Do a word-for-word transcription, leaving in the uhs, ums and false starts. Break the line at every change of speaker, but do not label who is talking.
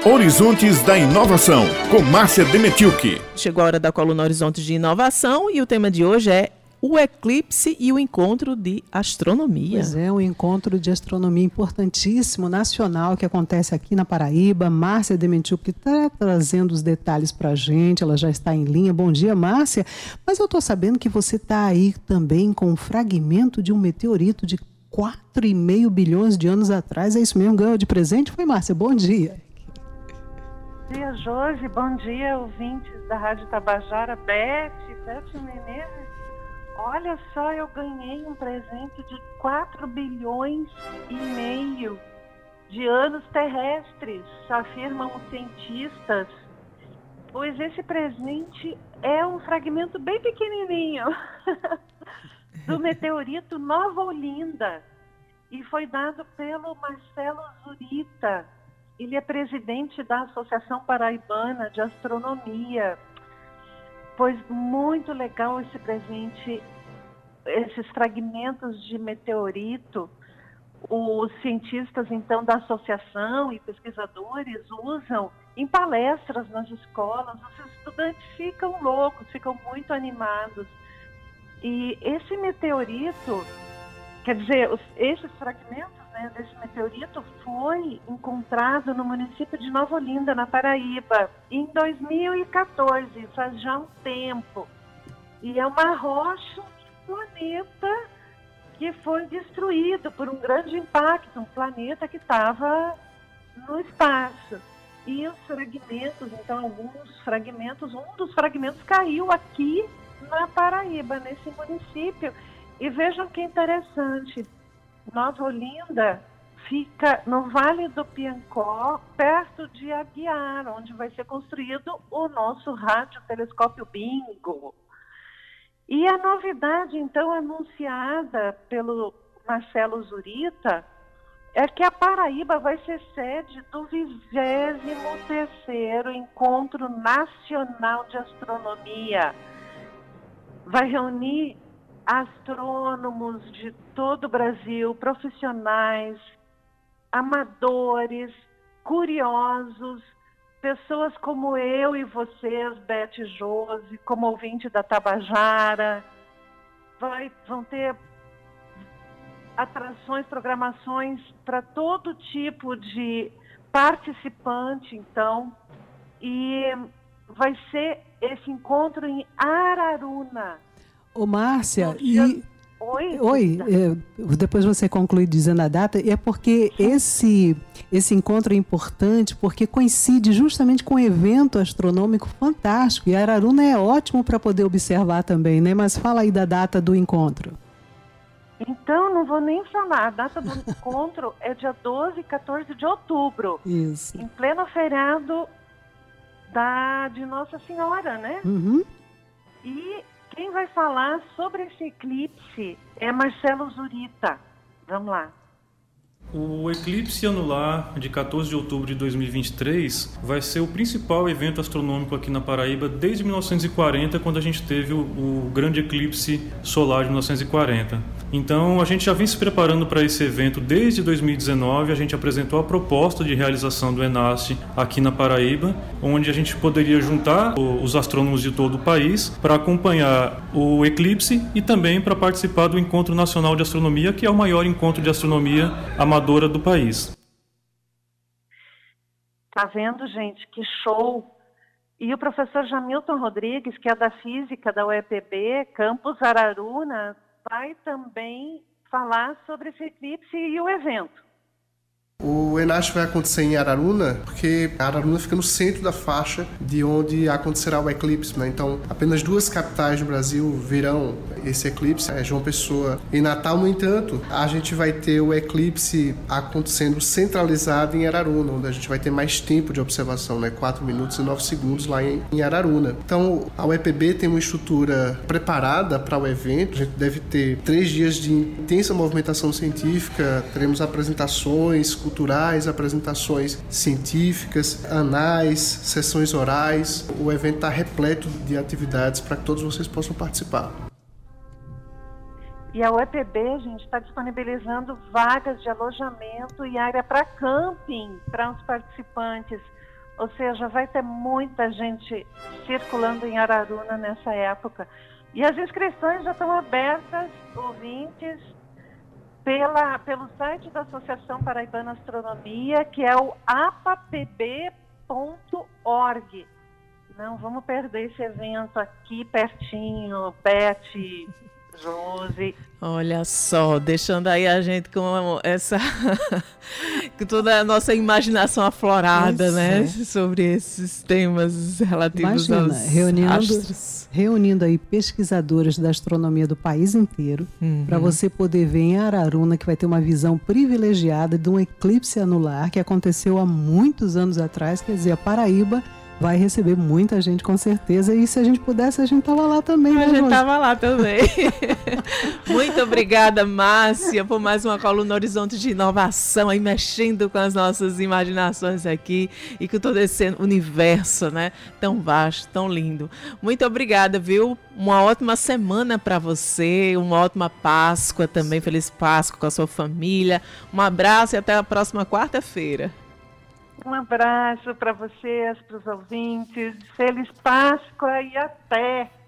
Horizontes da Inovação, com Márcia Demetilke.
Chegou a hora da coluna Horizontes de Inovação e o tema de hoje é o eclipse e o encontro de astronomia.
Pois é, um encontro de astronomia importantíssimo, nacional, que acontece aqui na Paraíba. Márcia Demetilke está trazendo os detalhes para a gente, ela já está em linha. Bom dia, Márcia. Mas eu estou sabendo que você está aí também com um fragmento de um meteorito de quatro e meio bilhões de anos atrás. É isso mesmo? Ganhou de presente? Foi, Márcia? Bom dia.
Bom dia, Josi. Bom dia, ouvintes da Rádio Tabajara. Beth, Beth Menezes. Olha só, eu ganhei um presente de quatro bilhões e meio de anos terrestres, afirmam os cientistas. Pois esse presente é um fragmento bem pequenininho do meteorito Nova Olinda e foi dado pelo Marcelo Zurita. Ele é presidente da Associação Paraibana de Astronomia. Pois muito legal esse presente, esses fragmentos de meteorito. Os cientistas, então, da associação e pesquisadores usam em palestras nas escolas. Os estudantes ficam loucos, ficam muito animados. E esse meteorito, quer dizer, os, esses fragmentos, né, desse meteorito foi encontrado no município de Nova Olinda, na Paraíba, em dois mil e quatorze, faz já um tempo. E é uma rocha, um planeta que foi destruído por um grande impacto, um planeta que estava no espaço. E os fragmentos, então alguns fragmentos, um dos fragmentos caiu aqui na Paraíba, nesse município. E vejam que interessante, Nova Olinda fica no Vale do Piancó, perto de Aguiar, onde vai ser construído o nosso radiotelescópio Bingo. E a novidade, então, anunciada pelo Marcelo Zurita, é que a Paraíba vai ser sede do vigésimo terceiro Encontro Nacional de Astronomia. Vai reunir astrônomos de todo o Brasil, profissionais, amadores, curiosos, pessoas como eu e vocês, Beth e Josi, como ouvinte da Tabajara. Vai, vão ter atrações, programações para todo tipo de participante, então, e vai ser esse encontro em Araruna.
Ô, Márcia,
dia...
e...
Oi?
Oi, é, depois você conclui dizendo a data, e é porque esse, esse encontro é importante porque coincide justamente com um evento astronômico fantástico, e Araruna é ótimo para poder observar também, né? Mas fala aí da data do encontro.
Então, não vou nem falar, a data do encontro é dia doze e quatorze de outubro.
Isso.
Em pleno feriado da, de Nossa Senhora, né?
Uhum.
E quem vai falar sobre esse eclipse é Marcelo Zurita. Vamos lá.
O eclipse anular de quatorze de outubro de dois mil e vinte e três vai ser o principal evento astronômico aqui na Paraíba desde mil novecentos e quarenta, quando a gente teve o, o grande eclipse solar de mil novecentos e quarenta. Então, a gente já vem se preparando para esse evento desde dois mil e dezenove. A gente apresentou a proposta de realização do ENAST aqui na Paraíba, onde a gente poderia juntar os astrônomos de todo o país para acompanhar o eclipse e também para participar do Encontro Nacional de Astronomia, que é o maior encontro de astronomia amadora do país.
Tá vendo, gente? Que show! E o professor Jamilton Rodrigues, que é da Física da U E P B, Campus Araruna, vai também falar sobre esse eclipse e o evento.
O ENAST vai acontecer em Araruna, porque Araruna fica no centro da faixa de onde acontecerá o eclipse, né? Então, apenas duas capitais no Brasil verão esse eclipse, é João Pessoa e Natal. No entanto, a gente vai ter o eclipse acontecendo centralizado em Araruna, onde a gente vai ter mais tempo de observação, né? quatro minutos e nove segundos lá em, em Araruna. Então, a U E P B tem uma estrutura preparada para o evento. A gente deve ter três dias de intensa movimentação científica, teremos apresentações culturais, apresentações científicas, anais, sessões orais. O evento está repleto de atividades para que todos vocês possam participar.
E a U E P B, gente, está disponibilizando vagas de alojamento e área para camping para os participantes. ou seja, vai ter muita gente circulando em Araruna nessa época. E as inscrições já estão abertas, ouvintes, pela, pelo site da Associação Paraibana Astronomia, que é o a p a p b ponto org. Não vamos perder esse evento aqui pertinho, Beth, Josi.
Olha só, deixando aí a gente com essa com toda a nossa imaginação aflorada, pois né, é. sobre esses temas relativos
Imagina,
aos
reunindo,
astros.
reunindo aí pesquisadores da astronomia do país inteiro, uhum. para você poder ver em Araruna que vai ter uma visão privilegiada de um eclipse anular que aconteceu há muitos anos atrás, quer dizer, a Paraíba vai receber muita gente, com certeza. E se a gente pudesse, a gente estava lá também.
A
né,
gente estava lá também. Muito obrigada, Márcia, por mais uma coluna Horizonte de Inovação, aí mexendo com as nossas imaginações aqui e com todo esse universo, né? Tão vasto, tão lindo. Muito obrigada, viu? Uma ótima semana para você, uma ótima Páscoa também. Feliz Páscoa com a sua família. Um abraço e até a próxima quarta-feira.
Um abraço para vocês, para os ouvintes. Feliz Páscoa e até!